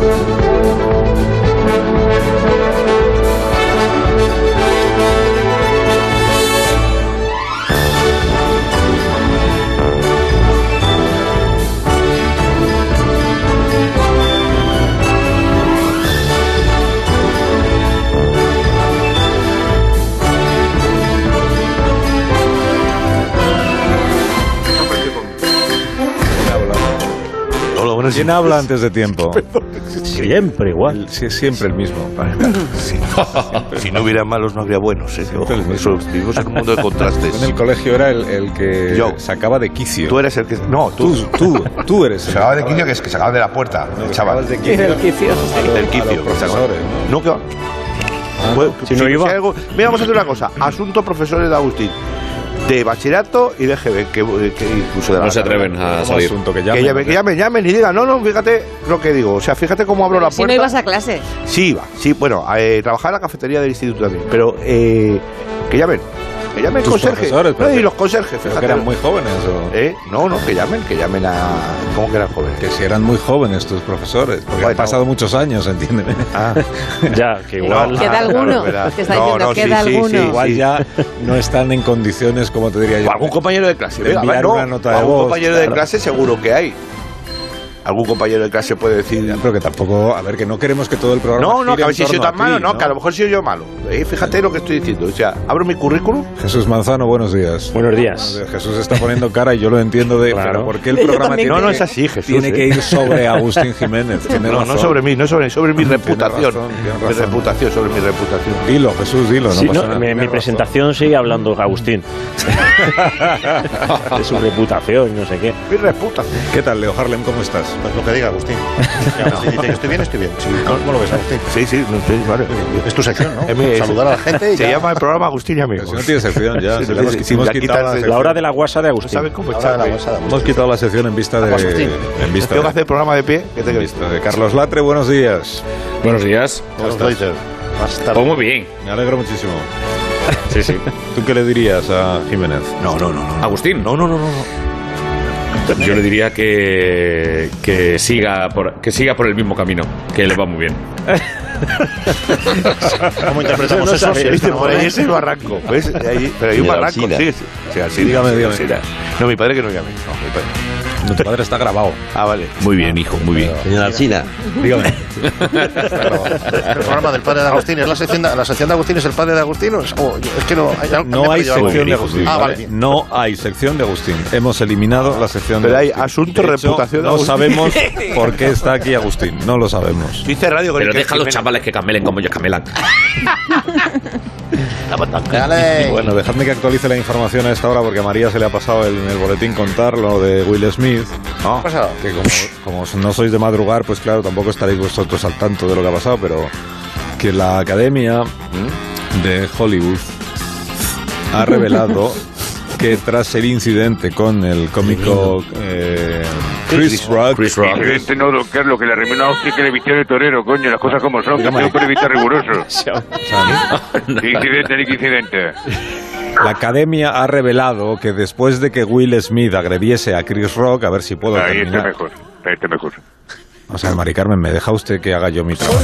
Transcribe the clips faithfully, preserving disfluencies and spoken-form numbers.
¿Quién habla antes de tiempo? Siempre igual. Sí, siempre el mismo. Sí. Si no hubiera malos, no habría buenos. ¿eh? Ojo, eso, vivimos en un mundo de contrastes. En el colegio era el, el que Yo. sacaba de quicio. Tú eres el que... No, tú. Tú, tú, tú eres el Sacaba de quicio, que es que sacaba de la puerta, No, el chaval. de quicio. El quicio. El quicio. A los profesores, ¿no? No, que va. Ah, Pues, si no iba. algo, mira, vamos a hacer una cosa. Asunto profesores de Agustín. De bachillerato y de G B, que, que incluso de la... No se atreven a Como salir. asunto que Que llamen, llamen, que llamen, llamen y digan, no, no, fíjate lo que digo. O sea, fíjate cómo abro la Si puerta. no ibas a clase. Sí, iba, sí, bueno, eh, trabajaba en la cafetería del instituto también. Pero eh, que llamen, que llamen Tus conserje. profesores, pero No, y que- los conserjes, pero fíjate. que eran muy jóvenes. ¿O? ¿Eh? No, no, que llamen, que llamen a... ¿Cómo que eran jóvenes? Que si eran muy jóvenes tus profesores. Porque Bueno. han pasado muchos años, entiéndeme. Ah, Ya, que igual. No, ¿Queda ah, alguno? claro, verás. Te está No, diciendo, no, sí, ¿queda sí, alguno? sí, Igual ya no están en condiciones, como te diría yo. O algún compañero de clase. De Venga, enviar no, una nota de algún voz, compañero de claro. clase seguro que hay. Algún compañero de clase puede decir... Ya, pero que tampoco, a ver, que no queremos que todo el programa. No, no, gire que a ver en si soy torno tan a ti, malo, no, que a lo mejor soy yo malo. Eh, fíjate lo que estoy diciendo. O sea, abro mi currículum. Jesús Manzano, buenos días. Buenos días. Jesús está poniendo cara y yo lo entiendo de. Claro. Pero ¿por qué el Yo programa también tiene, No, no que- es así, Jesús. tiene eh. que ir sobre Agustín Jiménez? Tiene No, razón. no sobre mí, no sobre, sobre mi reputación. razón, tiene Mi razón. reputación, sobre mi reputación. Dilo, Jesús, dilo. No Sí, pasa no, nada. mi, Tiene mi razón. presentación sigue hablando Agustín. De su reputación, no sé qué. Mi reputación. ¿Qué tal, Leo Harlem? ¿Cómo estás? Pues lo que diga Agustín. Si Agustín dice que estoy bien, estoy bien. Sí, ¿cómo lo ves, Agustín? Sí, sí, no sé, vale. Es tu sección, ¿no? Es mi- Saludar a la gente y Se ya. llama el programa Agustín y Amigos. Pero si no tiene sección ya. Sí, si le hemos, sí, si hemos ya quitado la, quitarse- sección, La hora de la guasa de ¿No Agustín. sabes cómo Ahora la echarme? bolsa de hemos quitado la sección en vista de. Agustín. En vista Tengo que de, hacer programa de pie. ¿Qué te en crees? vista de Carlos Latre, buenos días. Buenos días. Carlos Reiter. Más tarde. Pues muy bien. Me alegro muchísimo. Sí, sí. ¿Tú qué le dirías a Jiménez? No, no, no, no. Agustín. No, no, no, no. no. Yo le diría que, que, siga por, que siga por el mismo camino, que le va muy bien. ¿Cómo interpretamos No eso? sabía, Sí, ¿Viste? está Por muy ahí bien. es el barranco. ¿Ves? Ahí- pero hay un Y de barranco. Alsina. Sí, sí. Sí, Alsina, Dígame, sí, dígame. Alsina. No, mi padre que no llame. No, mi padre. Tu padre está grabado. Ah, vale. Muy bien, hijo, muy bien. Señora Alsina. Dígame. Claro. El programa del padre de Agustín. ¿Es la sección de, la sección de Agustín es el padre de Agustín? ¿O es, o- es que no hay, algo- No hay me he perdido algo. sección de hijo, Agustín. Ah, ¿vale? vale. No hay sección de Agustín. Hemos eliminado la sección Pero de hay Agustín. asunto, De hecho, reputación de No Agustín. sabemos por qué está aquí Agustín. No lo sabemos. Dice radio con Pero el deja a los chavales que camelen como ellos camelan. Dale. Bueno, dejadme que actualice la información a esta hora porque a María se le ha pasado el- en el boletín contar lo de Will Smith. ¿Qué ha pasado? Que como, como no sois de madrugar, pues claro, tampoco estaréis vosotros al tanto de lo que ha pasado, pero que la Academia de Hollywood ha revelado que tras el incidente con el cómico eh, Chris Rock, Chris Rock. Incidente no, don Carlos, que le arrimó una hostia que le vistió de torero, coño, las cosas como son, que tengo un periodista riguroso. Incidente ni que incidente. la Academia ha revelado que después de que Will Smith agrediese a Chris Rock, a ver si puedo Ahí está terminar. mejor, ahí está mejor. O sea, Mari Carmen, ¿me deja usted que haga yo mi trabajo?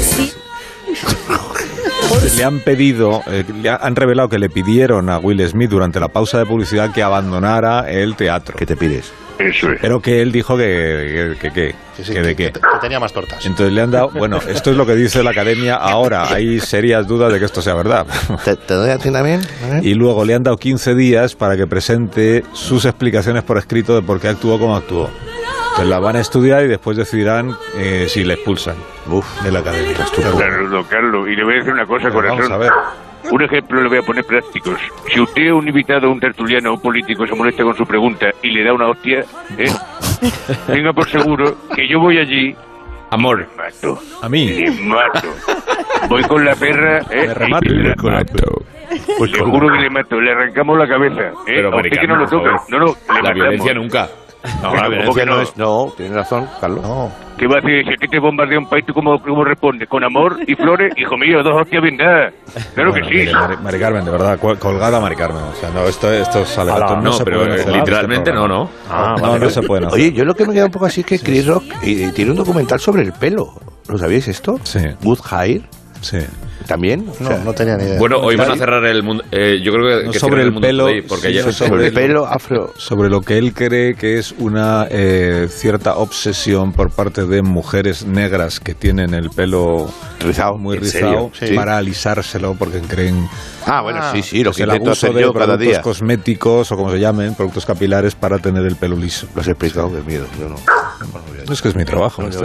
Le han pedido, eh, le han revelado que le pidieron a Will Smith durante la pausa de publicidad que abandonara el teatro. ¿Qué te pides? Eso es. Pero que él dijo que, que, que, que, Sí, sí, que de qué. que tenía más tortas. Entonces le han dado, bueno, esto es lo que dice la Academia ahora. Hay serias dudas de que esto sea verdad. ¿Te, te doy a ti también? Y luego le han dado quince días para que presente sus explicaciones por escrito de por qué actuó como actuó. Entonces la van a estudiar y después decidirán eh, si le expulsan Uf, de la Academia. Claro, don Carlos, y le voy a decir una cosa, corazón. Vamos a ver. Un ejemplo le voy a poner prácticos. Si usted, un invitado, un tertuliano, un político, se molesta con su pregunta y le da una hostia, ¿eh? Tenga por seguro que yo voy allí, Amor. le mato, A mí. le mato. Voy con la perra, ¿eh? Me remato. Y le mato. Pues le juro que le mato, le arrancamos la cabeza, ¿eh? Pero, A usted que no lo Maricarmen, toca. por favor. No, no, le La matamos. violencia nunca. No, Pero, la ¿cómo violencia que no no? es... No, tienes razón, Carlos. No. ¿Qué va a decir? Si a ti te bombardea un país, ¿tú cómo, cómo respondes? ¿Con amor y flores? Hijo mío, dos hostias bien dadas. Claro Bueno, que sí. mire, Mari, Mari Carmen, de verdad, col- colgada Mari Carmen. O sea, no, esto, estos alegatos Ala, no, No, se pero pueden eh, hacer. literalmente no, no. Ah, No, vale. no se pueden hacer. Oye, yo lo que me queda un poco así es que Chris Rock eh, tiene un documental sobre el pelo. ¿Lo sabíais esto? Sí. Good Hair. Sí. ¿También? O No, sea, no tenía ni idea. Bueno, hoy van a cerrar el mundo. Eh, yo creo que, No, que sobre cierran el mundo pelo, Today, porque sí, ya- sobre sobre el lo- pelo afro. sobre lo que él cree que es una eh, cierta obsesión por parte de mujeres negras que tienen el pelo Rizado. muy ¿En rizado serio? Sí. para alisárselo porque creen Ah, bueno, Ah, sí, sí, lo que que el intento abuso hacer de yo cada productos día. cosméticos o como se llamen, productos capilares para tener el pelo liso. Lo has explicado, qué miedo. Yo no. Es que es mi trabajo. este.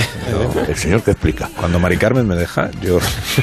El señor que explica. Cuando Mari Carmen me deja, yo...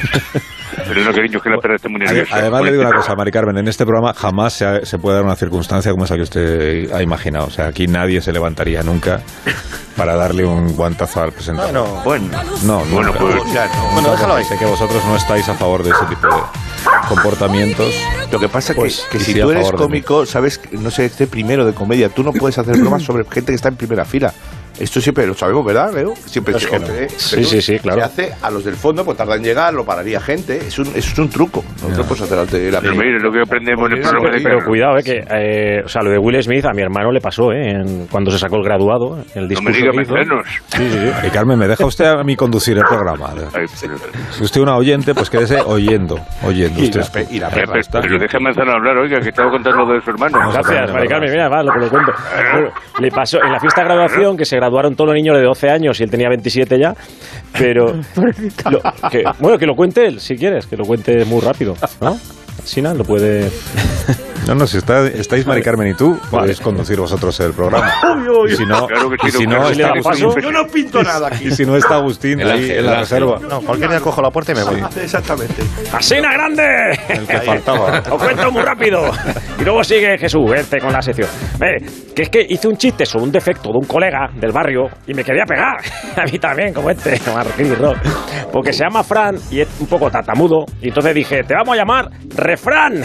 Pero no, cariño, que la perra está muy nerviosa. Además le digo una cosa, Mari Carmen, en este programa jamás se, ha- se puede dar una circunstancia como esa que usted ha imaginado. O sea, aquí nadie se levantaría nunca para darle un guantazo al presentador. Bueno, Bueno, No, Bueno, nunca. pues o sea, no. bueno, déjalo ahí. Sé que vosotros no estáis a favor de ese tipo de comportamientos. Lo que pasa es Pues, que, que y si sí, a tú eres favor de mí. cómico, sabes, que, no sé, este primero de comedia, tú no puedes hacer bromas sobre gente que está en primera fila. Esto siempre lo sabemos, ¿verdad, Leo? Siempre Es se, que no. eh, Sí, pero sí, sí, claro. Se hace a los del fondo, pues tarda en llegar, lo pararía gente. Es un, es un truco. No te lo puedes hacer ante la Pero mire, lo que aprendemos en el Pero programa de Pero Carlos. cuidado, eh, que, eh, o sea, lo de Will Smith a mi hermano le pasó, eh, en- cuando se sacó el graduado, el No me discurso diga que hizo. mexicanos. Sí, sí, sí. Mari Carmen, ¿me deja usted a mí conducir el programa? Ay, pero, Si usted es una oyente, pues quédese oyendo, oyendo. Y Usted la, pe- y la pero, perra está. pero deja a Manzano hablar, oiga, que estaba contando lo de su hermano. Vamos a Gracias, aprender, Mari Carmen. ¿verdad? Mira, va, lo que lo cuento. Bueno, le pasó en la fiesta de graduación, que se graduaron todos los niños de doce años y él tenía veintisiete ya, pero... lo- que- bueno, que lo cuente él, si quieres, que lo cuente muy rápido, ¿no? Sina lo puede... No, no, si está, estáis Mari Carmen y tú, podéis conducir vosotros el programa. Y si no, Claro que sí, y si don no Carlos. ¿Le está da Agustín, paso? Yo no pinto nada aquí. y si no está Agustín El ahí ángel, en el la ángel. reserva, no, cualquier día cojo la puerta y me voy. Exactamente. ¡Asina grande! el que faltaba. Os cuento muy rápido. Y luego sigue Jesús, este con la sección. Ve, que es que hice un chiste sobre un defecto de un colega del barrio y me quería pegar. A mí también, como este, Martín Rock. Porque se llama Fran y es un poco tatamudo. Y entonces dije, te vamos a llamar Refrán.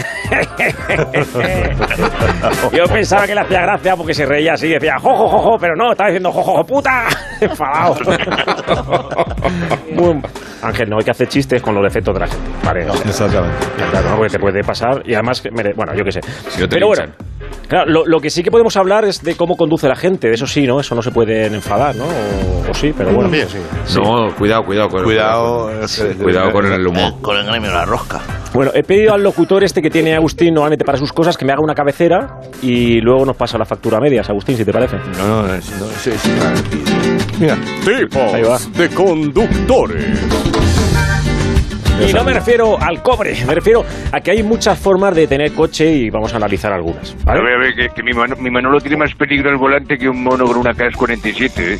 Yo pensaba que le hacía gracia porque se reía así y decía, jojo, jojo, pero no, estaba diciendo, jojo, jo, puta. Enfadado. Muy- Ángel, no hay que hacer chistes con los defectos de la gente. Vale, Exactamente. claro, ¿no? Porque te puede pasar y además, que mere- bueno, yo qué sé. Si no te Pero bueno, linchan. claro, lo, lo que sí que podemos hablar es de cómo conduce la gente. De eso sí, ¿no? Eso no se pueden enfadar, ¿no? O, o sí, pero bueno. Bien, sí. No, cuidado, cuidado. Con, Cuidado. Cuidado con el humo. Con el gremio de la rosca. Bueno, he pedido al locutor este que tiene Agustín normalmente para sus cosas que me haga una cabecera y luego nos pasa la factura a medias, Agustín, si te parece. No, no, no, no, sí, sí. Mira. Ahí va. de conductores. Y no me refiero al cobre, me refiero a que hay muchas formas de tener coche y vamos a analizar algunas. A ¿vale? ver, a ver, que, que mi, Mano- mi Manolo tiene más peligro al volante que un mono con una K S cuarenta y siete, ¿eh?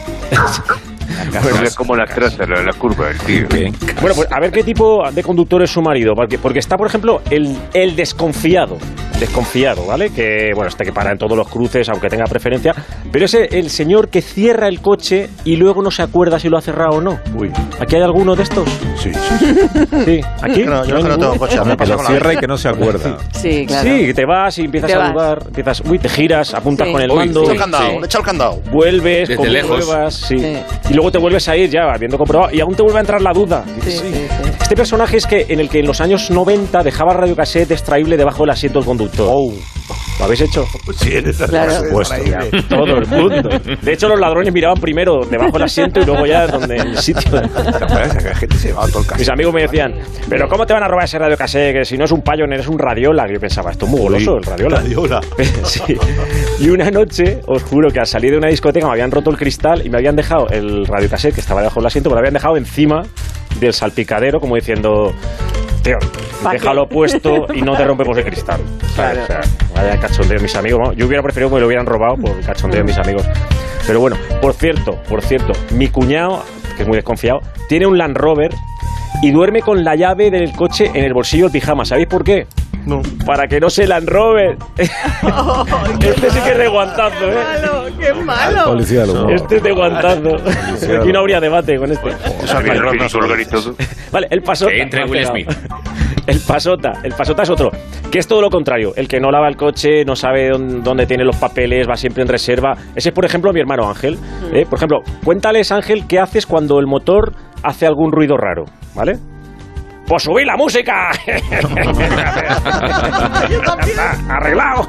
Es como las trazas, la, la curva, el tío. Bueno, pues a ver qué tipo de conductor es su marido, porque, porque está, por ejemplo, el, el desconfiado, desconfiado, ¿vale? Que, bueno, este que para en todos los cruces, aunque tenga preferencia, pero es el señor que cierra el coche y luego no se acuerda si lo ha cerrado o no. Uy. ¿Aquí hay alguno de estos? Sí, sí. Sí, ¿aquí? No, yo hay que no tengo ninguno? coche, a mí me Que pasa lo con la cierra vida. y que no se acuerda. Sí, claro. Sí, que te vas y empiezas Te a vas. dudar, empiezas, uy, te giras, apuntas Sí. con el Uy, mando, Le echa el candado, Sí. le echa el candado. vuelves, Desde compruebas, lejos. sí. Sí. Y luego te vuelves a ir ya habiendo comprobado y aún te vuelve a entrar la duda. Sí, Dices, sí, sí. Este personaje es que en el que en los años noventa dejaba radiocassette extraíble debajo del asiento del conductor. ¿Lo habéis hecho? Sí, en esa Claro. clase, Pues por ahí, ya, todo el mundo. De hecho, los ladrones miraban primero debajo del asiento y luego ya donde el sitio. ¿Te acuerdas? Que la gente se va todo el Mis cassette. amigos me decían, pero ¿cómo te van a robar ese radiocassette? Que si no es un payo, eres un radiola. Y yo pensaba, esto es muy goloso, el radiola. Radiola. Sí. Y una noche, os juro que al salir de una discoteca me habían roto el cristal y me habían dejado el radiocassette que estaba debajo del asiento, me lo habían dejado encima del salpicadero, como diciendo, tío, ¿Pa déjalo qué? puesto y no te rompemos el cristal. ¿Sabes? O sea, vaya cachondeo de mis amigos. ¿no? Yo hubiera preferido que me lo hubieran robado por el cachondeo de mis amigos. Pero bueno, por cierto, por cierto, mi cuñado, que es muy desconfiado, tiene un Land Rover y duerme con la llave del coche en el bolsillo del pijama. ¿Sabéis por qué? No. Para que no se Land Rover. Este sí que es de guantazo, ¿eh? malo, qué malo. Policía del humor. Este es de guantazo. Aquí no habría debate con este. A mí el físico, lugar y todo. Vale, el pasota. Que entre Will Smith. El pasota. El pasota es otro. Que es todo lo contrario. El que no lava el coche, no sabe dónde, dónde tiene los papeles, va siempre en reserva. Ese es, por ejemplo, mi hermano Ángel. ¿eh? Por ejemplo, cuéntales, Ángel, qué haces cuando el motor hace algún ruido raro, ¿vale? pues subid la música. Arreglado.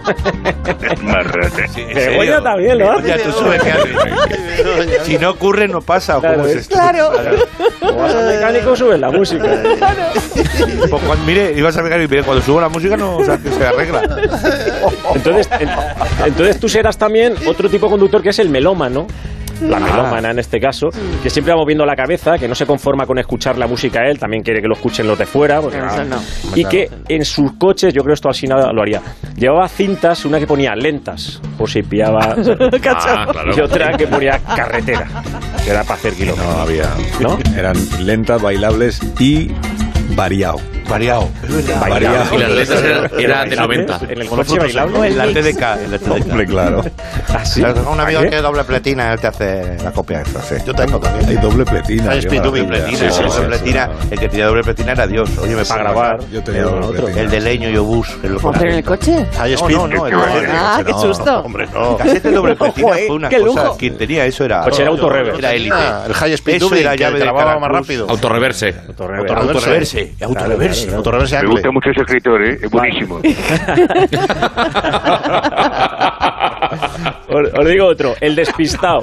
Begoña también lo hace. Ya tú subes que haces. Si no ocurre, no pasa. ¿O Claro, cómo es es- esto? Claro. O vas al mecánico, subes la música. Pues cuando, mire, ibas a pegar y mire, cuando subo la música no, o sea, que se arregla. Entonces, en- entonces tú serás también otro tipo de conductor que es el melómano. La melómana en este caso, que siempre va moviendo la cabeza, que no se conforma con escuchar la música a él, también quiere que lo escuchen los de fuera. Porque, Eso no. Y que en sus coches, yo creo esto así nada lo haría, llevaba cintas, una que ponía lentas, por si pillaba, Ah, claro. y otra que ponía carretera, que era para hacer kilómetros. No había. ¿No? Eran lentas, bailables y variado. Variado. Variado. Y las letras eran era de noventa. En el coche bailable. En la T D K. En la T D K. Hombre, claro. Así. Claro, un amigo ¿A qué? que es doble pletina, él te hace la copia de eso, sí. Yo tengo también. Hay doble pletina. Hay qué speed maravilla. doble pletina, Sí, sí, sí, doble sí, pletina. El que tenía doble pletina era Dios. Oye, me Para pongo grabar. a- Yo tenía Era doble otro. pletina. El de leño y obús. que lo ¿Cómo hacer en el coche? Hay No, speed. no, no, el Qué casete- Ah, qué no. susto. Hombre, no. el casete doble pletina Joder, fue una qué cosa. lujo. Quien tenía eso era. Coche era autorreverse. Era élite. Ah, el high speed Eso tubing, era que llave de grababa más Caracruz. rápido. Autorreverse. Autorreverse. Autorreverse. Autorreverse. Autorreverse Me angle. gusta mucho ese escritor, ¿eh? Es buenísimo. Os, os digo otro, el despistado.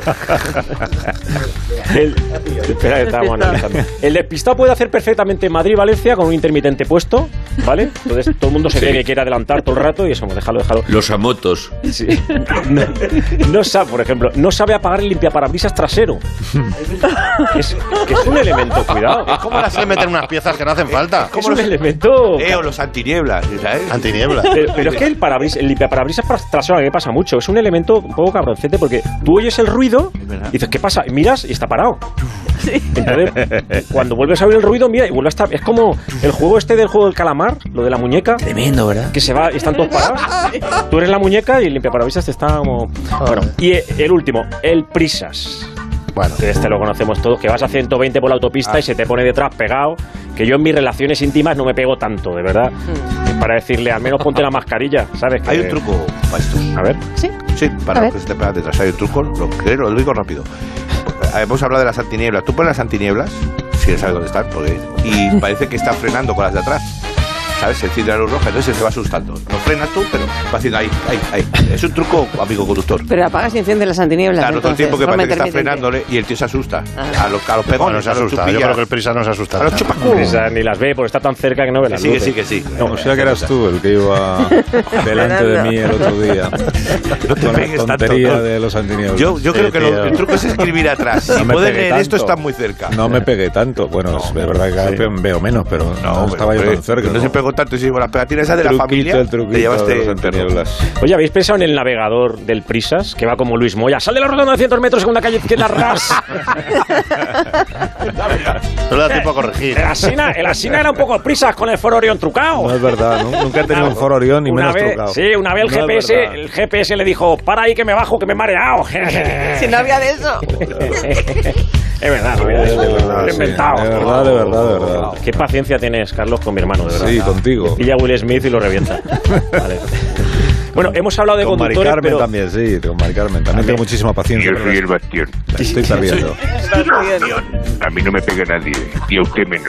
El, espera, que estábamos analizando. El despistado puede hacer perfectamente Madrid-Valencia con un intermitente puesto, ¿vale? Entonces todo el mundo se Sí. cree que quiere adelantar todo el rato y eso, pues déjalo, déjalo. Los amotos. Sí. No, no sabe, por ejemplo, no sabe apagar el limpiaparabrisas trasero. Es, que es un elemento, cuidado. ¿Cómo las le meten unas piezas que no hacen falta? Es un elemento. Eh, o los antinieblas, ¿sabes? Antiniebla. Pero, pero es que el, parabris, el limpiaparabrisas pra- trasero a mí me pasa mucho. Es un elemento un poco cabroncete porque tú oyes el ruido verdad. y dices, ¿qué pasa? Y miras y está parado. Entonces, cuando vuelves a oír el ruido, mira, y vuelve a estar. Es como el juego este del juego del calamar, lo de la muñeca. Tremendo, ¿verdad? Que se va y están todos parados. Tú eres la muñeca y el limpiaparabrisas te está como. Bueno, y el último, el prisas. Bueno, Que este lo conocemos todos, que vas a ciento veinte por la autopista y se te pone detrás pegado. Que yo en mis relaciones íntimas no me pego tanto, de verdad. Es para decirle, al menos ponte la mascarilla, ¿sabes? Que- Hay un truco para estos. A ver. Sí. Sí, A para ver. los que se te pegan detrás. Hay un truco, lo, que- lo digo rápido. Hemos hablado de las antinieblas. Tú pones las antinieblas, si sabes dónde están, porque, y parece que está frenando con las de atrás. ¿Sabes? Se enciende la luz roja, entonces se va asustando. No frenas tú, pero va haciendo ahí, ahí, ahí. Es un truco, amigo conductor. Pero apagas y enciendes las antinieblas. Claro, todo el tiempo que entonces, parece que está forma intermitente. frenándole y el tío se asusta. Ah. A los, a los pegones, bueno, se a los asusta. Yo chupillas, creo que el prisa no se asusta. a los chupacú. Prisa, ni las ve porque está tan cerca que no ve Que las sí, que luces. sí, que sí. No, o sea que eras tú el que iba delante de mí el otro día. No te Con la pegues tanto, tontería ¿no? de los antinieblas. Yo, yo Sí, creo que lo- tío. el truco es escribir atrás. No Si me pueden pegué leer esto, tanto. están muy cerca. No me pegué tanto. Bueno, es verdad que cada vez veo menos, pero no, pero, estaba yo hombre, tan cerca. No, se pegó tanto y si con las pegatinas esas de la Truquito, familia el truquito te llevaste de los el perro. antinieblas. Oye, ¿habéis pensado en el navegador del Prisas? Que va como Luis Moya. Sal de la rotonda de cientos metros, segunda calle izquierda, ras. No le da tiempo a corregir. El Asina, el Asina era un poco Prisas con el Foro Orión trucado. No es verdad, ¿no? Nunca he tenido un Foro Orión ni Una menos vez, trucado. sí, una vez el No G P S, es verdad. el G P S le dijo, para ahí que me bajo, que me he mareado. Si no había de eso. Es verdad, no había eso. De verdad, Lo he sí. inventado. De verdad, de verdad, de verdad. Qué paciencia tienes, Carlos, con mi hermano, de verdad. Sí, contigo. Pilla a Will Smith y lo revienta. Vale. Bueno, hemos hablado de Con Mari conductores, Carmen pero... también, sí, con Mari Carmen. También tengo muchísima paciencia. Yo pero soy la- el bastión. la estoy perdiendo. A mí no me pega nadie, y a usted menos.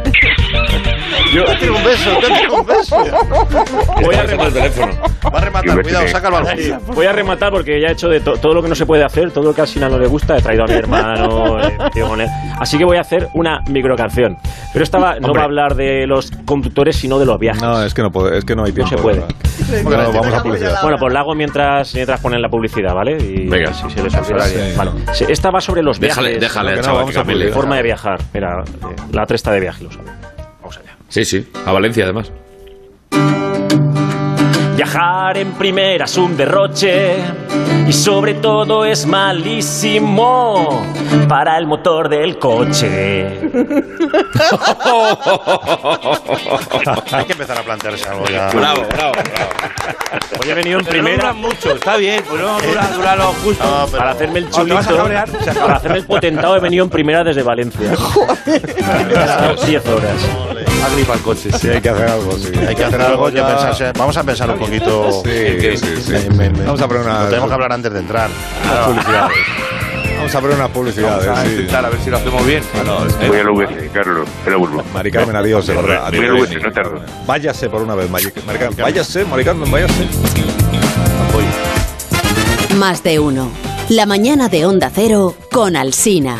Date un beso, date un beso. Voy a rematar. Va a rematar, cuidado, saca el balón. Voy a rematar porque ya he hecho de to- todo lo que no se puede hacer, todo lo que al Sina no le gusta, he traído a mi hermano, eh, tío, con él. Así que voy a hacer una microcanción. Pero esta va- no Hombre. va a hablar de los conductores, sino de los viajes. No, es que no, puede, es que no hay tiempo. se puede. de verdad. No, vamos a publicidad. Bueno, pues la hago mientras, mientras ponen la publicidad, ¿vale? Y Venga. si se les olvida. Sí. Vale. Sí, esta va sobre los Déjale, viajes. déjale, que no, chaval, vamos que a camele. publicar. Forma de viajar. Mira, eh, la otra está de viaje, lo sabe. Vamos allá. Sí, sí. A Valencia, además. Viajar en primera es un derroche y sobre todo es malísimo para el motor del coche. Hay que empezar a plantearse algo ya. Bravo, bravo, bravo. Hoy he venido en Pero no primera duran mucho, está bien, pues no dura, dura lo justo. No, pero- para hacerme el Cuando te vas a chulito, cabrear, se acaba. para hacerme el potentado he venido en primera desde Valencia. diez horas. Agripa el coche. Sí, hay que hacer algo. Sí. Hay que hacer algo, hay que pensarse. Vamos a pensar un poquito. Sí, sí, sí. Me- me- Vamos a poner una. Lo tenemos que hablar antes de entrar. Publicidades. Vamos a ver una publicidad. Vamos a sí. intentar a ver si lo hacemos bien. Ah, no, es- Voy al V C, Carlos. Pero vuelvo. Mari Carmen, adiós. de verdad, Voy al adiós. V C, no tardo. Váyase por una vez, Mari Mari Carmen. Váyase, Mari Carmen, váyase. Más de uno. La mañana de Onda Cero con Alsina.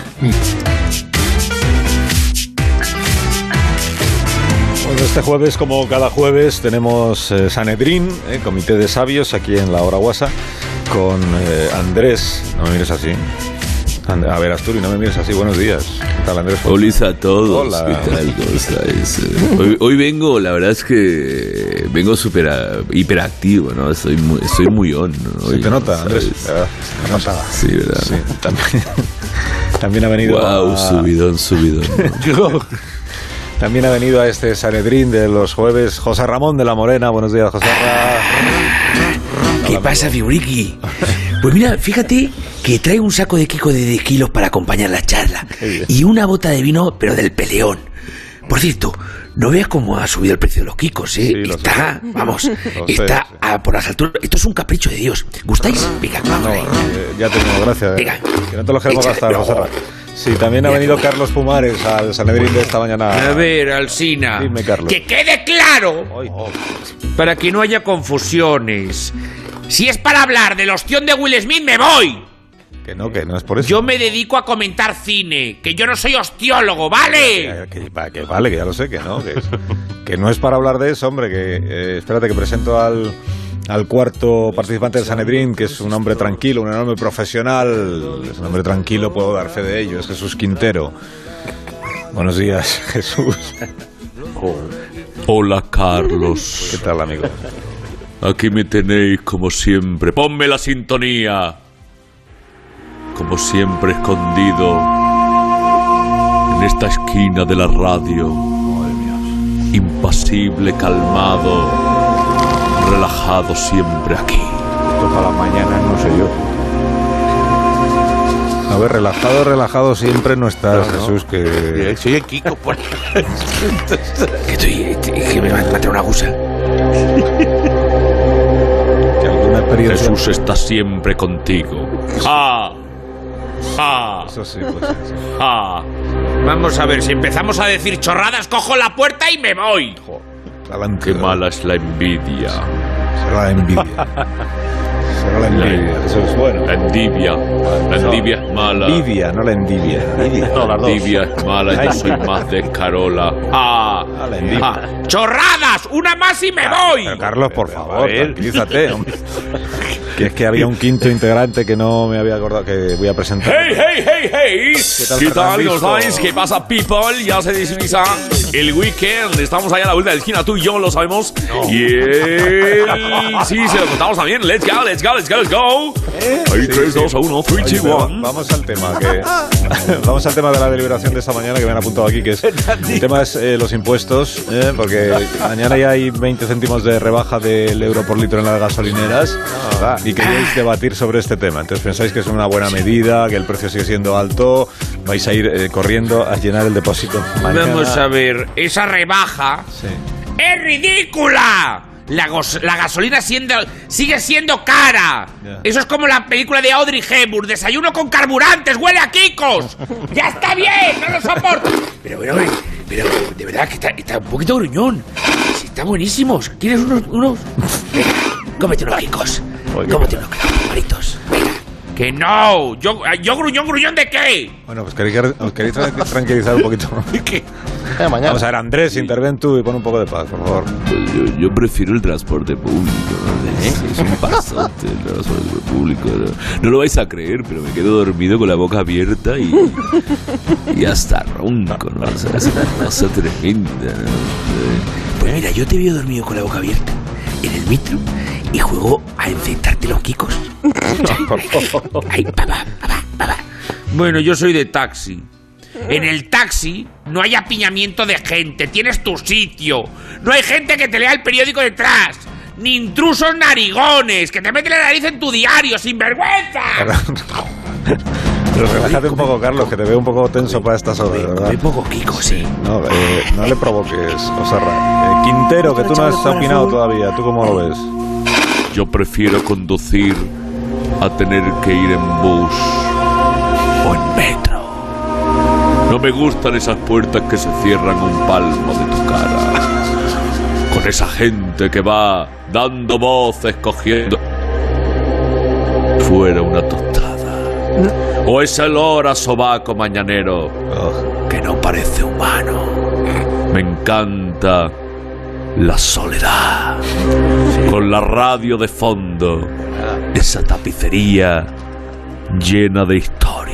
Bueno, este jueves, como cada jueves, tenemos eh, Sanedrín, eh, Comité de Sabios, aquí en la Hora Guasa, con eh, Andrés. No me mires así. And- a ver, Asturi, no me mires así. Buenos días. ¿Qué tal, Andrés? Hola a todos. Hola. ¿Qué tal? ¿Cómo estáis? Hoy, hoy vengo, la verdad es que vengo súper ah, hiperactivo, ¿no? Estoy muy, estoy muy on. ¿no? Sí, Hoy, te nota, ¿sabes? Andrés. ¿Verdad? Te nota. Sí, ¿verdad? Sí, también, también ha venido Wow, a... subidón, subidón. ¿no? También ha venido a este Sanedrín de los jueves José Ramón de la Morena. Buenos días, José Ramón. ¿Qué pasa, Figuriki? Pues mira, fíjate que traigo un saco de Kiko de diez kilos para acompañar la charla. Y una bota de vino, pero del peleón. Por cierto, no veas cómo ha subido el precio de los Kikos, ¿eh? Sí, lo está, sé. vamos, Lo sé, está sí. a por las alturas. Esto es un capricho de Dios. ¿Gustáis? Venga, vamos No, ahí. eh, ya tengo, gracias. Venga. Que no te lo queremos Échale, gastar, no. José Ramón. Sí, también ha Mira venido qué Carlos Pumares al Sanedrín de esta mañana. A ver, Alsina. Dime, Carlos. Que quede claro, Ay, Para que no haya confusiones. si es para hablar del ostión de Will Smith, me voy. que no, que no es por eso. Yo me dedico a comentar cine, que yo no soy ostiólogo, ¿vale? Que, que- que vale, que ya lo sé, que no, que, es- que no es para hablar de eso, hombre, que eh, espérate que presento al, al cuarto participante del Sanedrín, que es un hombre tranquilo, un enorme profesional, es un hombre tranquilo, puedo dar fe de ello, es Jesús Quintero. Buenos días, Jesús. Hola, Carlos. ¿Qué tal, amigo? Aquí me tenéis como siempre. Ponme la sintonía. Como siempre escondido en esta esquina de la radio. Impasible, calmado, relajado siempre aquí. Esto para la mañana no sé yo. A ver, relajado, relajado siempre no estás, No, no. Jesús, que... Soy el Kiko, por... Que estoy, que me va a matar una gusa. que alguna experiencia... Jesús está siempre contigo. ¡Ah! ¡Ah! Eso sí, pues sí, sí. ¡Ah! Vamos a ver, si empezamos a decir chorradas, cojo la puerta y me voy. Adelante. ¡Qué mala es la envidia! Será la envidia. Será la envidia. Eso es bueno. La envidia. La envidia es mala. Envidia, no la envidia. No, la envidia es mala, yo soy más de Carola. ¡Ah! Ah, la envidia. ¡Ah! ¡Chorradas! ¡Una más y me voy! Pero Carlos, por favor, ver. tranquilízate, hombre. Que es que había un quinto integrante que no me había acordado que voy a presentar. ¡Hey, hey, hey, hey! ¿Qué tal, ¿Qué tal, Fernandisco? ¿cómo estáis? ¿Qué pasa, people? Ya se divisa el weekend. Estamos allá a la vuelta de la esquina, tú y yo lo sabemos. Y él... Sí, se lo contamos también. Let's go, let's go, let's go, let's go. Ahí, tres, dos, uno, tres, Oye, dos, pero uno. vamos al tema que vamos al tema de la deliberación de esta mañana que me han apuntado aquí, que es el tema es eh, los impuestos, eh, porque mañana ya hay veinte céntimos de rebaja del euro por litro en las gasolineras y queréis debatir sobre este tema. Entonces pensáis que es una buena medida, que el precio sigue siendo alto, vais a ir eh, corriendo a llenar el depósito mañana. Vamos a ver, esa rebaja Sí. es ridícula. La, gos- la gasolina siendo, sigue siendo cara. Ya. Eso es como la película de Audrey Hepburn. Desayuno con carburantes, huele a Kikos. ¡Ya está bien! ¡No lo soporto! Pero bueno, eh, pero de verdad que está, está un poquito gruñón. Sí, está buenísimos. ¿Quieres unos? unos? Venga, cómete unos Kikos. Oye, qué Cómete unos palitos. Venga. Que no. Yo, yo gruñón, gruñón de qué. Bueno, pues queréis, os queréis tra- tranquilizar un poquito. Eh, mañana. Vamos a ver, Andrés, interven tú y pon un poco de paz, por favor. Pues yo, yo prefiero el transporte público, ¿no? Es, es un pasote el transporte público. ¿no? No lo vais a creer, pero me quedo dormido con la boca abierta y, y hasta ronco, ¿no? O sea, es una cosa tremenda, ¿no? Pues mira, yo te veo dormido con la boca abierta en el metro y juego a enfrentarte los Kikos. Ay, papá, papá, papá. Bueno, yo soy de taxi. En el taxi no hay apiñamiento de gente, tienes tu sitio. No hay gente que te lea el periódico detrás. Ni intrusos narigones, que te meten la nariz en tu diario, sin vergüenza. Pero relájate un poco, Carlos, que te veo un poco tenso para estas horas, ¿verdad? Muy poco Kiko, sí. No, eh, no le provoques, Osarra. Eh, Quintero, que tú no has opinado todavía, ¿tú cómo lo ves? Yo prefiero conducir a tener que ir en bus. o en metro. No me gustan esas puertas que se cierran a un palmo de tu cara. Con esa gente que va dando voces, cogiendo fuera una tostada. O ese olor a sobaco mañanero que no parece humano. Me encanta la soledad. Con la radio de fondo. Esa tapicería llena de historia.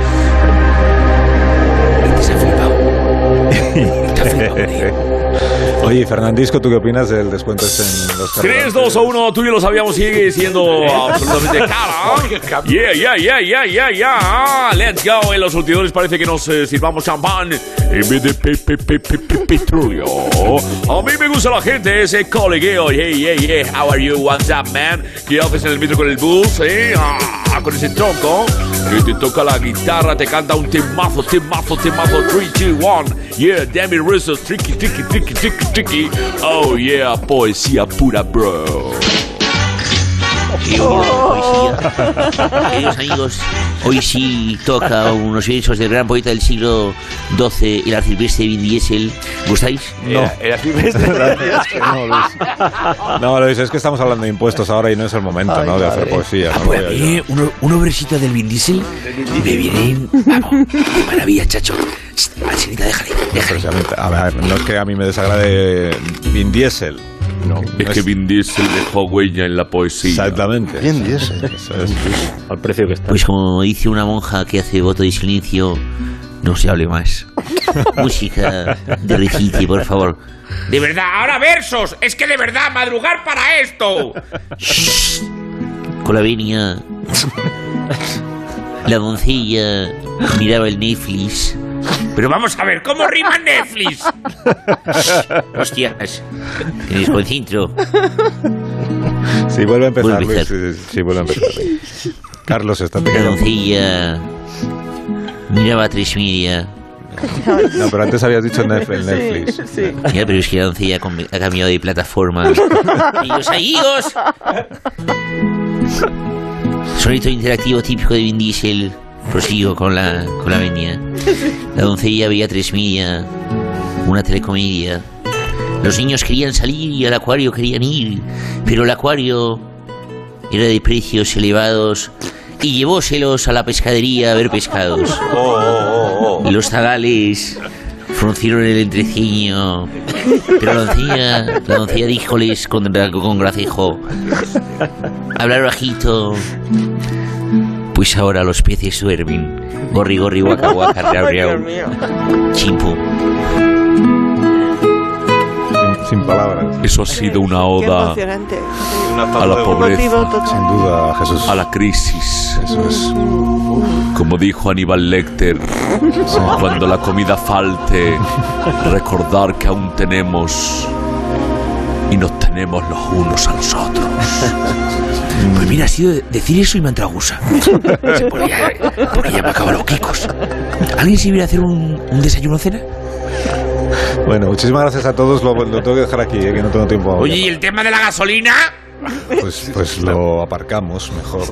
Se ha flipado. Se ha flipado. Oye, Fernandisco, ¿tú qué opinas del descuento este en los tres, dos o uno, tú y yo lo sabíamos, sigue siendo absolutamente cara. Yeah, yeah, yeah, yeah, yeah, yeah. Let's go. En los surtidores parece que nos eh, sirvamos champán en vez de pe, pe, pe, pe, pe, petróleo. A mí me gusta la gente, ese colegueo. Yeah, yeah, yeah. How are you? What's up, man? ¿Qué haces en el metro con el bus? Eh? Ah, con ese tronco. Que te toca la guitarra, te canta un temazo, temazo, temazo. tres, dos, uno. Yeah, Demi Russo. Tricky, tricky, tricky, tricky, tricky. Oh, yeah. Poesía pura, bro. Qué poesía. Queridos amigos, hoy sí toca unos versos del gran poeta del siglo doce, el arcipreste Vin Diesel. ¿Gustáis? No. ¿El arcipreste? No, Luis. No, Luis, es que estamos hablando de impuestos ahora y no es el momento, Ay, ¿no? De madre. hacer poesía. Ah, ¿no? pues a mí, uno, una obrecita del Vin Diesel me viene, vamos, de maravilla, chacho. Alcinita, déjale, déjale. Precisamente, a ver, no es que a mí me desagrade Vin Diesel. No, Es que Vin Diesel dejó huella en la poesía. Exactamente. Vin Diesel. Eso es. Al precio que está. Pues como dice una monja que hace voto de silencio, no se hable más. Música de recite, por favor. De verdad, ahora versos. Es que de verdad, madrugar para esto. Shh. Con la venia, la doncella miraba el Netflix. Pero vamos a ver, ¿cómo rima Netflix? Hostias, que me desconcentro. Sí, vuelve a empezar, Vuelve a Luis. empezar. Sí, sí, sí, vuelve a empezar. Carlos está La pequeño. doncella miraba a tres media. No, pero antes habías dicho Netflix. Netflix. Sí, sí. Ya, pero es que la doncella ha cambiado de plataforma. Amigos, amigos. Sonito interactivo típico de Vin Diesel. Prosigo con la, con la venia. La doncella veía tres media, una telecomedia. Los niños querían salir y al acuario querían ir, pero el acuario era de precios elevados y llevóselos a la pescadería a ver pescados. Oh, oh, oh, oh. Los zagales fruncieron el entreceño, pero la doncella, la doncella díjoles con, con gracejo: hablar bajito, pues ahora los peces duermen. Gorri, gorri, guaca, guaca, riau, Ay, Dios riau. mío. Chimpu. Sin, sin palabras. Eso ha sido una Qué oda emocionante. a la pobreza, Motivo total. Sin duda, Jesús. a la crisis. Eso es. Como dijo Aníbal Lecter, cuando la comida falte, recordar que aún tenemos y nos tenemos los unos a los otros. Pues mira, ha sido decir eso y me ha entrado gusa. Porque ya, porque ya me acaban los quicos. ¿Alguien se viene a hacer un, un desayuno o cena? Bueno, muchísimas gracias a todos. Lo, lo tengo que dejar aquí, eh, que no tengo tiempo ahora. Oye, ¿y el tema de la gasolina? Pues, pues lo aparcamos mejor.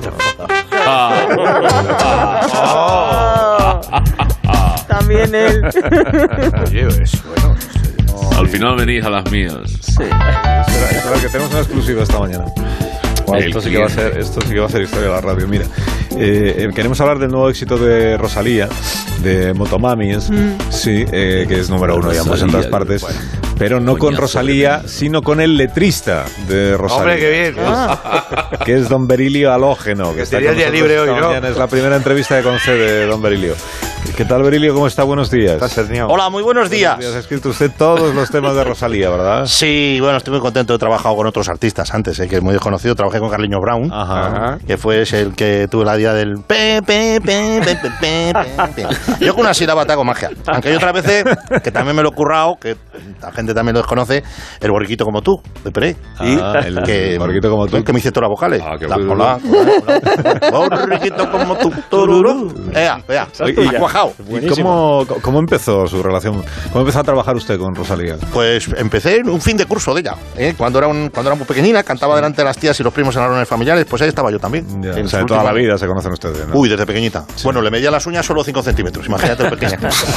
También él. Oye, es bueno. Al final venís a las mías. Sí. Espera, espera, que tenemos una exclusiva esta mañana. Wow, El esto sí que va a ser, esto sí que va a ser historia de la radio. Mira, eh, eh, queremos hablar del nuevo éxito de Rosalía, de Motomamis, sí, eh, que es número uno, digamos, en todas partes. Bueno. Pero no con Coñazo Rosalía, sino con el letrista de Rosalía. Hombre, qué bien. Que es don Berilio Alógeno. Que está sería con el día nosotros libre esta hoy, ¿no? mañana. Es la primera entrevista que concede don Berilio. ¿Qué tal, Berilio? ¿Cómo está? Buenos días. Estás herniado. Hola, muy buenos días. Ha escrito usted todos los temas de Rosalía, ¿verdad? Sí, bueno, estoy muy contento. He trabajado con otros artistas antes, eh, que es muy desconocido. Trabajé con Carliño Brown, Ajá. que fue ese el que tuvo la idea del pe, pe, pe, pe, pe, pe, pe, pe. Yo con una sílaba te hago magia. Aunque hay otras veces que también me lo he currado, que la gente también lo desconoce, el borriquito como tú, de Pérez. Ah, el que, borriquito como tú. el que me hice todas las vocales. Ah, qué La bueno. cola, cola, cola. Borriquito como tú, tururú. Ea, ea. Oye, trabajado. ¿Y cómo, cómo empezó su relación? ¿Cómo empezó a trabajar usted con Rosalía? Pues empecé en un fin de curso de ella. ¿eh? Cuando, era un, cuando era muy pequeñina, cantaba delante de las tías y los primos en las reuniones familiares, pues ahí estaba yo también. Ya, o sea, de toda la vida se conocen ustedes, ¿no? Uy, desde pequeñita. Sí. Bueno, le medía las uñas solo cinco centímetros, imagínate pequeña.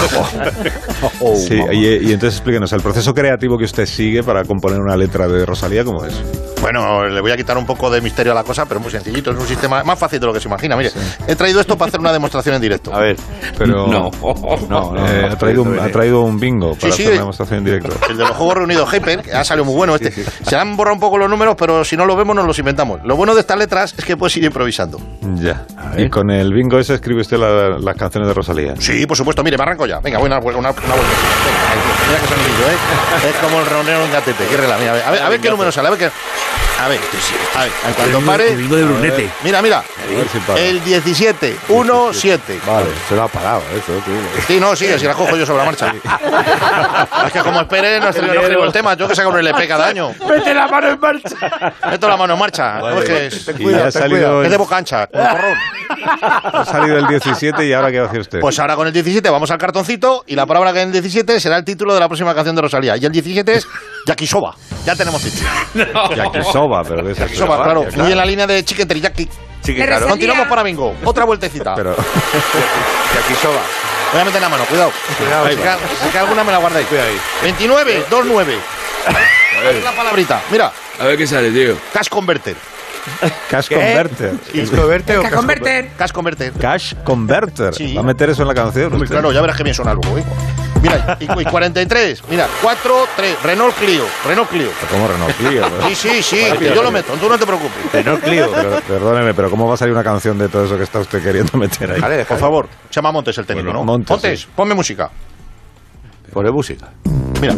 oh, sí, y, y entonces explíquenos, el proceso creativo que usted sigue para componer una letra de Rosalía, ¿cómo es? Bueno, le voy a quitar un poco de misterio a la cosa, pero muy sencillito, es un sistema más fácil de lo que se imagina. Mire, sí. He traído esto para hacer una demostración en directo. A ver, pero... No, no, no, eh, ha, traído un, ha traído un bingo para sí, sí, hacer una demostración en directo. El de los Juegos Reunidos Hyper, que ha salido muy bueno este. Sí, sí. Se han borrado un poco los números, pero si no lo vemos nos los inventamos. Lo bueno de estas letras es que puedes ir improvisando. Ya. ¿Y con el bingo ese escribe usted la, las canciones de Rosalía? Sí, por supuesto. Mire, me arranco ya. Venga, voy a una, una, una vuelta. Venga, mira que sonidillo, ¿eh? Es como el reunero en un gatete. Qué relaja. Mira, a ver, a ver, a ver qué número sale. A ver qué... A ver, a ver, cuando pare... El bingo de Brunete. Mira, mira. El diecisiete, uno, siete. Vale, se lo ha parado eso, tío. Sí, no, sigue, si la cojo yo sobre la marcha. Es que como espere, no estoy el tema. Yo que saco un L P cada año. Mete la mano en marcha. Meto la mano en marcha. Vale, no es que es, ten cuidado, ten cuidado. Es de boca ancha, con porrón. Ha salido el diecisiete y ahora ¿qué va a hacer usted? Pues ahora con el diecisiete vamos al cartoncito y la palabra que hay en el diecisiete será el título de la próxima canción de Rosalía. Y el diecisiete es Yakisoba. Ya tenemos título. No. Yakisoba, pero ¿qué es eso? Yakisoba, claro. claro. Muy en la línea de Chicken Teriyaki. Sí, que claro. Continuamos para bingo. Otra vueltecita. Pero... Yakisoba. Voy a meter la mano, cuidado. Cuidado. Si que, que alguna me la guardáis. Cuidado ahí. veintinueve, veintinueve. Es la palabrita. Mira. A ver qué sale, tío. Cash Converter. Cash Converter. Cash Converter. Cash Converter. Cash Converter. Cash Converter. Sí. ¿Va a meter eso en la canción? Muy claro, ya verás que bien suena luego, ¿eh? Mira, y, y cuarenta y tres. Mira, cuatro, tres. Renault Clio. Renault Clio. ¿Cómo Renault Clio? Sí, sí, sí. Yo lo meto, tú no te preocupes. Renault Clio. Pero, perdóneme, pero ¿cómo va a salir una canción de todo eso que está usted queriendo meter ahí? Vale, por favor. Se llama Montes el técnico, bueno, ¿no? Montes, Montes, sí. Ponme música. Ponle música. Mira.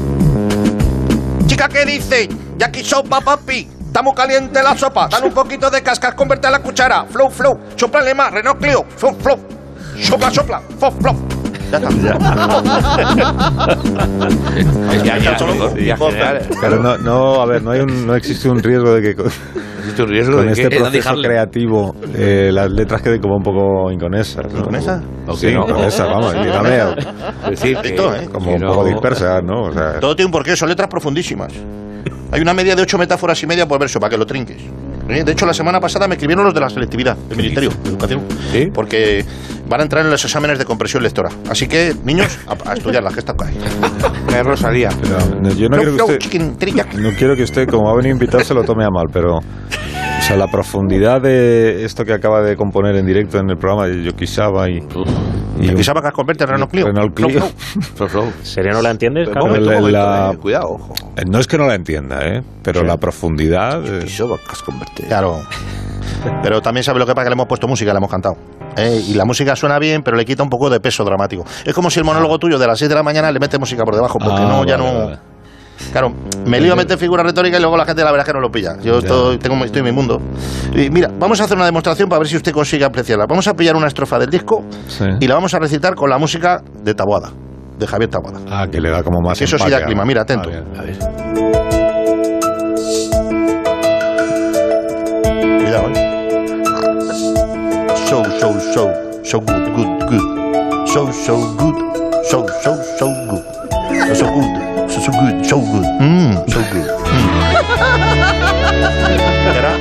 Chica, ¿qué dice? Yakisoba, papi. Está muy caliente la sopa. Dan un poquito de cascas, convierte a la cuchara. Flow, flow. Soplale más. Renault Clio. Flow, flow. Sopla, sopla. Flow, flow. Ya está. Ya, ya, ya, ya, pero no, no, a ver, no hay un, no existe un riesgo de que con, ¿existe un riesgo con de este qué? proceso creativo eh, las letras queden como un poco inconexas, ¿no? ¿Inconexas? Sí, no, inconexas, vamos, dígame. Decir que, ¿eh? Como un poco dispersas, ¿no? O sea, todo tiene un porqué, son letras profundísimas. Hay una media de ocho metáforas y media por verso, para que lo trinques. De hecho, la semana pasada me escribieron los de la selectividad del Ministerio de Educación. ¿Sí? Porque van a entrar en los exámenes de compresión lectora. Así que, niños, a, a estudiar la gesta. Es Rosalía. Pero, yo no, no, quiero que usted, no quiero que usted, como ha venido a invitar, se lo tome a mal, pero... O sea, la profundidad de esto que acaba de componer en directo en el programa de Yokisaba y... y Yokisaba que convierte en Renault Clio. Renault Clio. ¿Sería no la entiendes? Pero momento, la, momento, la, eh, cuidado, ojo. No es que no la entienda, ¿eh? Pero sí. La profundidad... Yokisaba que convierte. Claro. Pero también sabe lo que pasa, que le hemos puesto música, le hemos cantado. ¿eh? Y la música suena bien, pero le quita un poco de peso dramático. Es como si el monólogo tuyo de las seis de la mañana le mete música por debajo, porque ah, no, ya vale, no... Vale. Claro, me lío a meter figuras retóricas y luego la gente la verdad es que no lo pilla. Yo estoy, tengo, estoy en mi mundo. Y mira, vamos a hacer una demostración para ver si usted consigue apreciarla. Vamos a pillar una estrofa del disco sí. y la vamos a recitar con la música de Taboada, de Javier Taboada. Ah, que le da como más eso sí da clima, mira, atento. Ah, a ver. Cuidado, ¿eh? So, so, so, so good, good, good. So, so good, so, so, so good. So, so good. So, so good, so good. Mmm, so good. Mm. Y ahora,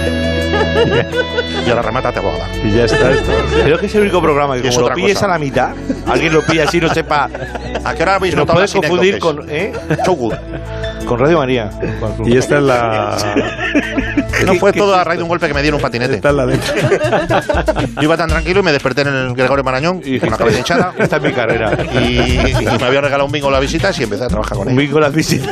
y ahora remata Taboada. Y ya está esto. Creo que es el único programa que como lo pilles cosa. A la mitad, alguien lo pilla así no sepa. ¿A qué hora habéis notado? Puedes confundir con ¿eh? So good. Con Radio María. Y esta es la... No fue todo a raíz de un golpe que me dieron un patinete. Esta es la letra. Yo iba tan tranquilo y me desperté en el Gregorio Marañón y con la cabeza hinchada. Esta es mi carrera. Y, y me había regalado un bingo a las visitas y empecé a trabajar con él. Un bingo a las visitas.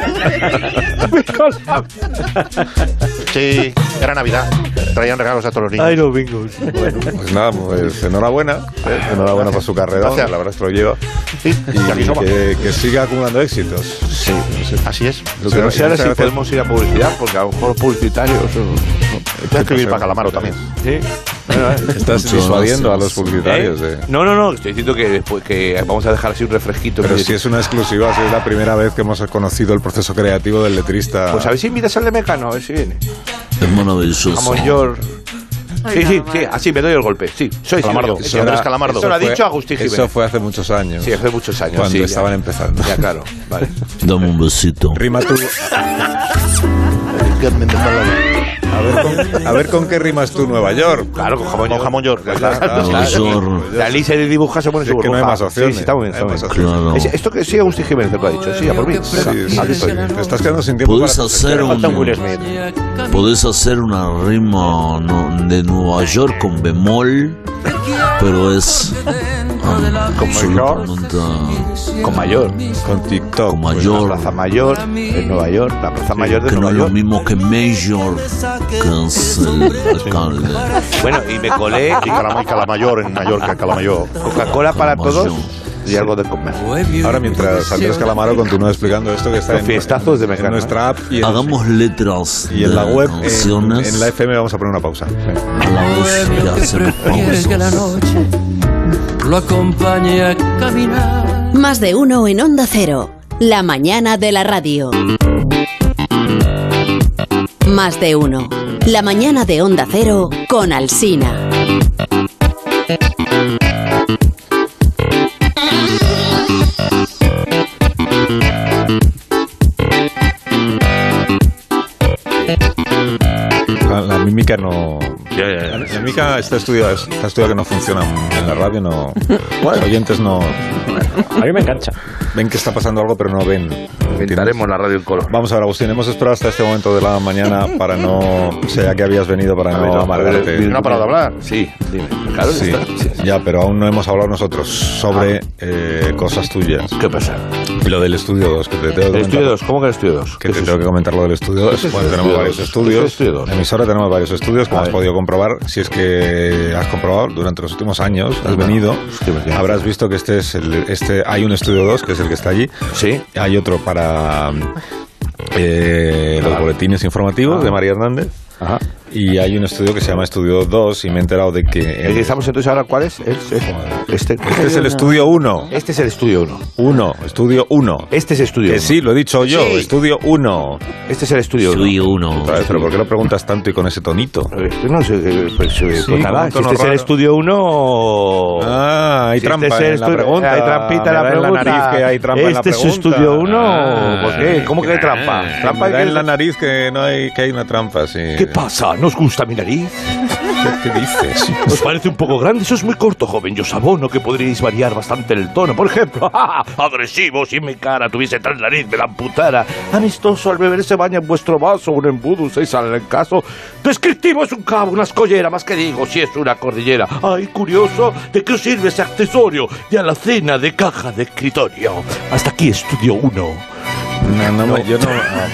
Sí, era Navidad. Traían regalos a todos los niños. Ay, los bingos. Bueno, pues nada, pues enhorabuena. ¿eh? Enhorabuena por su carrera. Gracias. La verdad es que lo lleva. Sí, y, y que, que siga acumulando éxitos. Sí, sí. Así es. Lo que no sé ahora si podemos ir a publicidad, porque a lo mejor publicitarios. Hay que escribir para Calamaro también. Sí. Estás disuadiendo a los publicitarios. ¿Eh? Eh. No, no, no. Estoy diciendo que después que vamos a dejar así un refresquito. Pero si es una exclusiva, si es la primera vez que hemos conocido el proceso creativo del letrista. Pues a ver si invitas al de Mecano, a ver si viene. Hermano del Sosa. Jamón York. Sí, sí, sí, así me doy el golpe. Sí, soy Calamardo. sí, Eso, era, Calamardo. Eso lo ha fue, dicho Agustín Jiménez. Eso fue hace muchos años. Sí, hace muchos años. Cuando sí, estaban ya. empezando. Ya, claro. Vale. Dame un besito. Rima tú. A ver, con, a ver con qué rimas tú, Nueva York. Claro, con jamón york. Jamón york. Claro. La lisa de dibuja se pone su Es que no hay burbuja. más opciones. Sí, sí, está muy bien. Está muy bien. Claro. Es- Esto que sí, Agustín Jiménez lo ha dicho. Sí, a por mí. Venga, Sí, sí, aquí sí. estoy. Te estás quedando sin tiempo Podés para... hacer Falta un Will un, Smith. podés hacer una rima no, de Nueva York con bemol, pero es um, absolutamente Con mayor. Con TikTok. con La mayor, Plaza Mayor en Nueva York. La Plaza Mayor de que no Nueva es lo York. mismo que Mayor, que es el alcalde. Bueno, y me colé Y Calama- y Calamayor en Mallorca, Calamayor. Coca-Cola para todos y algo de comer. Ahora, mientras Andrés Calamaro continúa explicando esto que está Los en, fiestazos de en Mecano, nuestra app y en, Hagamos letras y en de la web, en, canciones. en la F M, vamos a poner una pausa. A la voz ya hacemos pausas. Lo acompañe a caminar. Más de uno en Onda Cero. La mañana de la radio. Más de uno. La mañana de Onda Cero con Alsina. La, la mímica no... La, la mímica está estudiada, está estudiada que no funciona en la radio, no... Los oyentes no... A mí me engancha. Ven que está pasando algo, pero no ven. Inventaremos la radio en color. Vamos a ver, Agustín, hemos esperado hasta este momento de la mañana para no... O sea, ya que habías venido para no amargarte. ¿No ha parado de hablar? Sí, dime. Claro, Sí, está. Sí. ya, pero aún no hemos hablado nosotros sobre eh, cosas tuyas. ¿Qué pasa? Lo del estudio dos, que te tengo que ¿El comentar. estudio dos? ¿Cómo que el estudio dos? Que te tengo que comentar lo del estudio dos. ¿Qué es Bueno, el tenemos estudio varios dos? estudios. ¿Qué es el estudio dos? En la emisora tenemos varios estudios, como A has ver. podido comprobar. Si es que has comprobado durante los últimos años, has Bueno, venido, es que me quedo. habrás visto que este es el, este hay un estudio dos, que es el que está allí. Sí. Hay otro para eh, los boletines informativos de María Hernández. Ajá. Y hay un estudio que se llama Estudio dos y me he enterado de que... ¿El que estamos entonces ahora cuál es? Es- es- Este, Este es el Estudio uno. Este es el estudio uno. uno, Estudio uno. Este es estudio Que uno. sí, lo he dicho yo, Sí. Estudio uno. Este es el estudio uno. Estudio uno. Otra vez, pero ¿por qué lo preguntas tanto y con ese tonito? Eh, No sé, eh, pues, eh, Sí, pues nada, con un si tono este es el raro. estudio uno... Ah, hay Si trampa este es el en la estudio- pregunta. Hay trampita en Me la da en pregunta. la nariz que hay trampa en la Este es pregunta. estudio uno. Ah, ¿Por qué? ¿Cómo que hay trampa? ¿Trampa Me da que en la nariz que no hay, que hay una trampa, sí. ¿Qué pasa? ¿Nos gusta mi nariz? ¿Qué, qué dices? ¿Os parece un poco grande? Eso es muy corto, joven. Yo sabono que podríais variar bastante el tono. Por ejemplo, agresivo, si mi cara tuviese tal nariz, me la amputara. Amistoso, al beber se baña en vuestro vaso un embudo, usáis sale el caso. Descriptivo es un cabo, una escollera, más que digo, si es una cordillera. Ay, curioso, ¿de qué os sirve ese accesorio de alacena de caja de escritorio? Hasta aquí, estudio uno. No, no, me- yo no...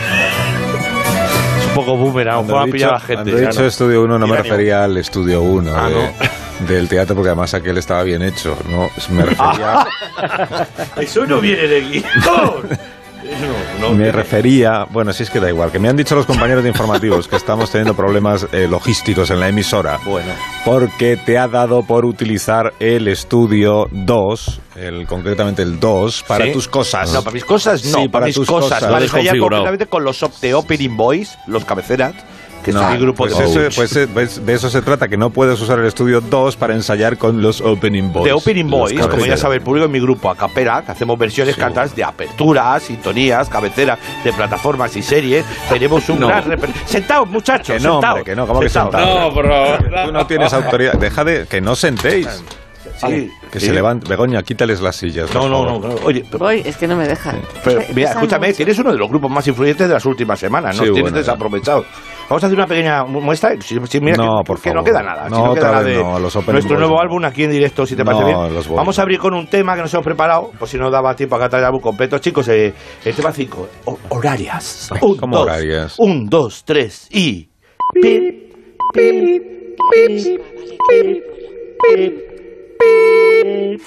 Es un poco boomerang, Cuando he dicho, cuando he dicho Estudio uno no me refería al Estudio uno Ah, de- del teatro, porque además aquel estaba bien hecho, ¿no? Me refería... Eso no viene de guión. No, no, Me refería, bueno, si es que da igual, que me han dicho los compañeros de informativos que estamos teniendo problemas eh, logísticos en la emisora. Bueno. Porque te ha dado por utilizar el Estudio dos, el, concretamente el dos, para ¿Sí? tus cosas. No, para mis cosas no, Sí, para, para mis tus cosas. cosas. Para ensayar Desconfigurado. completamente con los op- de Opening Boys, los cabeceras, que No, es mi grupo pues de eso, coach. pues, eh, pues de eso se trata, que no puedes usar el Estudio dos para ensayar con los Opening Boys. De Opening Los Boys, como ya cabeceras. sabe el público, en mi grupo a capela, que hacemos versiones Sí. cantadas de aperturas, sintonías, cabeceras de plataformas y series. Tenemos un No. gran reper- Sentaos, muchachos, Que no, sentaos. hombre, que no, ¿cómo que Sentaos. sentado? No, por favor. Tú no tienes autoridad. Deja de... Que no sentéis. Sí, Que sí. se levante. Begoña, quítales las sillas. No, por no, favor. no, no. Oye, pero, Voy, es que no me deja. pero, Pesa- mira, pesa escúchame, mucho. tienes uno de los grupos más influyentes de las últimas semanas, ¿no? Sí, Tienes bueno, desaprovechado. Vamos a hacer una pequeña mu- muestra. Si, si mira No, que, por que favor. no queda nada. si No, no otra queda nada vez de no, los Opening nuestro Boys nuevo no. álbum aquí en directo, si te parece No, bien. los Boys Vamos no. a abrir con un tema que nos hemos preparado, por si no daba tiempo a cantar el álbum completo. Chicos, eh, el tema cinco, horarias. Un, ¿Cómo dos, horarias? Un, dos, tres y... Pip, pip, pip, pip, pip, pip.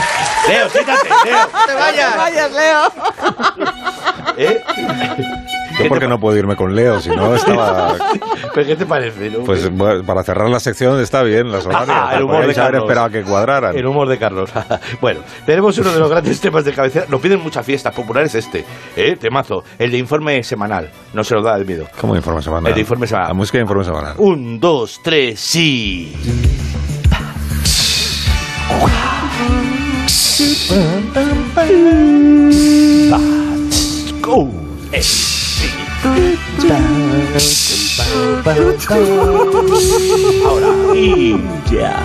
Leo, siéntate, Leo. No te vayas, Leo. ¿Eh? Yo porque no puedo irme con Leo, si no estaba... ¿Pero qué te parece? ¿No? Pues bueno, para cerrar la sección está bien, las horarias. Ah, el humor de haber Carlos. esperado a que cuadraran. El humor de Carlos. Bueno, tenemos uno de los grandes temas de cabecera. Nos piden muchas fiestas populares este, ¿eh? Temazo. El de informe semanal. No se nos da el miedo. ¿Cómo informe semanal? El de informe semanal. La música de informe semanal. Un, dos, tres, sí. Let's go. Eh, sí. Ahora y ya.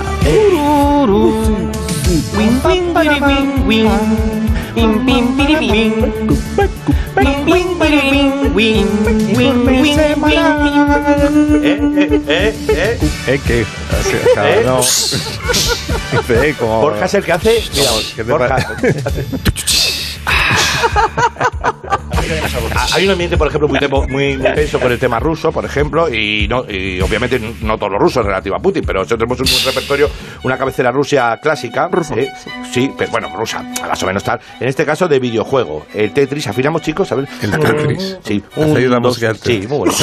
Wing, wing, bidi, wing, wing. Bing, bing, bidi, bing. Bing, wing, bidi, wing, wing. Wing, wing, wing. Eh, eh, eh, eh. ¿Eh qué? O sea, ¿Eh? no. Dice, eh, como... Borja es el que hace. Mira, ¿Qué te Borja. Hay un ambiente, por ejemplo, muy, temo, muy, muy tenso con el tema ruso, por ejemplo, y, no, y obviamente no todos los rusos relativo a Putin, pero nosotros tenemos un, un repertorio, una cabecera Rusia clásica. Rusa. Eh, sí, pero bueno, rusa, más o menos tal. En este caso de videojuego. El Tetris, afinamos, chicos, a ver. El Tetris. Sí, un, un, la dos, música del sí, muy bonito.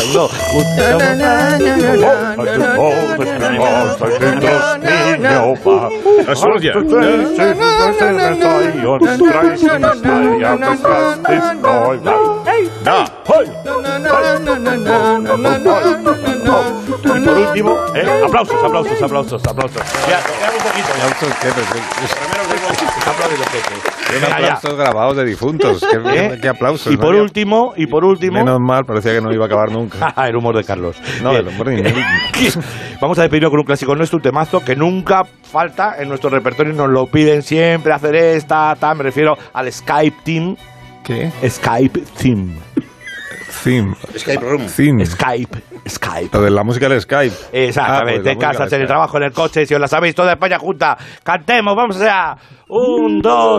Y por último, ¿eh? aplausos, aplausos, aplausos, aplausos. Ya, ya un poquito. ¿Aplausos qué? Aplausos los peces. Aplausos grabados de difuntos. ¿Qué, ¿Eh? qué aplausos? Y por ¿no? último, y por último. Menos mal, parecía que no iba a acabar nunca. El humor de Carlos. No, el humor de Vamos a despedirnos con un clásico nuestro, un temazo que nunca falta en nuestro repertorio. Nos lo piden siempre hacer esta, tal. Me refiero al Skype Team. ¿Qué? Skype Team. Theme. Skype Room. Theme. Skype. Skype. Lo de la música del Skype. Exactamente. Ah, pues en casa, en el trabajo, en el coche, si os la sabéis toda España junta. Cantemos, vamos allá. Un, dos.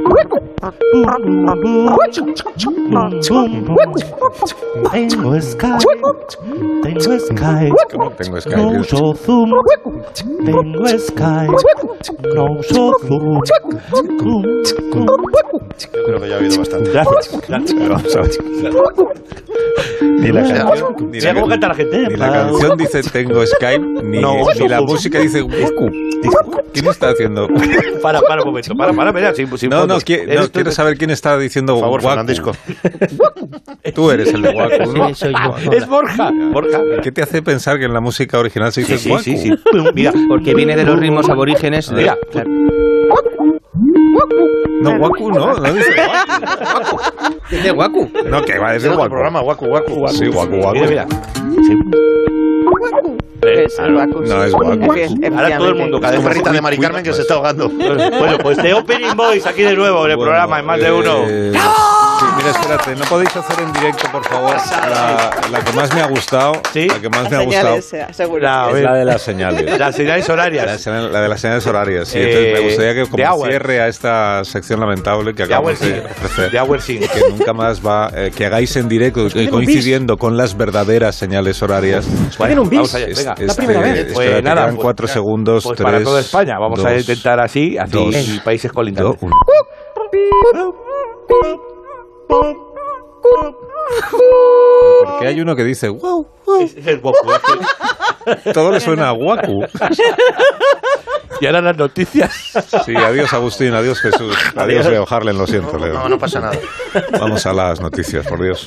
Tengo Skype. Tengo Skype. ¿Cómo tengo Skype? No uso Zoom. Tengo Skype. No uso Zoom. Yo creo que ya ha habido bastante. Gracias. Gracias. Vamos a ver. Ni la canción. Ni Mira cómo canta la gente. Ni la canción dice tengo Skype, ni, No, ni la no. música dice Waku. ¿Quién está haciendo? Para, para un momento. Para, para, mira. Sin, sin No, no, fondos. qui- no Eres tú- quiero saber quién está diciendo Por favor, Waku. Fernandisco. Tú eres el de Waku, ¿no? Sí, soy yo. Es Borja. Borja. ¿Qué te hace pensar que en la música original se dice Sí, Waku? sí, sí, sí. Mira, Porque viene de los ritmos aborígenes. de- Mira. Claro. No, Waku no, no dice Waku. Dice Waku. No, que va a Es decir otro Waku. programa, Waku, Waku. Sí, Waku, Waku. mira, mira. Sí. Es Claro. Guacu, No, es sí. Guacu. Bien, Ahora todo el mundo, cada Es vez perrita de Mari Carmen que se está ahogando. Bueno, pues de Opening Boys aquí de nuevo en el Bueno, programa, en más de uno. eh, sí, mira, espérate, ¿no podéis hacer en directo, por favor? La, la que más me ha gustado. ¿Sí? La que más Las me ha gustado. señales, eh, seguro. La- Es la de las señales. Las señales La, horarias. señal- la de las señales horarias, sí. Eh, Entonces me gustaría que The como Hour. cierre a esta sección lamentable que De Hour acabamos de Sing. ofrecer, De Hour Sing. que nunca más va, eh, que hagáis en directo, eh, coincidiendo con las verdaderas señales horarias. Bueno, vamos allá, Es- venga. este, La primera vez. espérate, Pues nada, quedan pues, cuatro segundos. Pues tres, para toda España. Vamos a dos, intentar así, así dos, y países dos, colindantes. uno. ¿Por qué hay uno que dice wow? Es el Goku. Todo le suena a Waku. Y ahora las noticias. Sí, adiós Agustín, adiós Jesús, adiós Leo Harlen, lo siento Leo. No, no pasa nada. Vamos a las noticias, por Dios.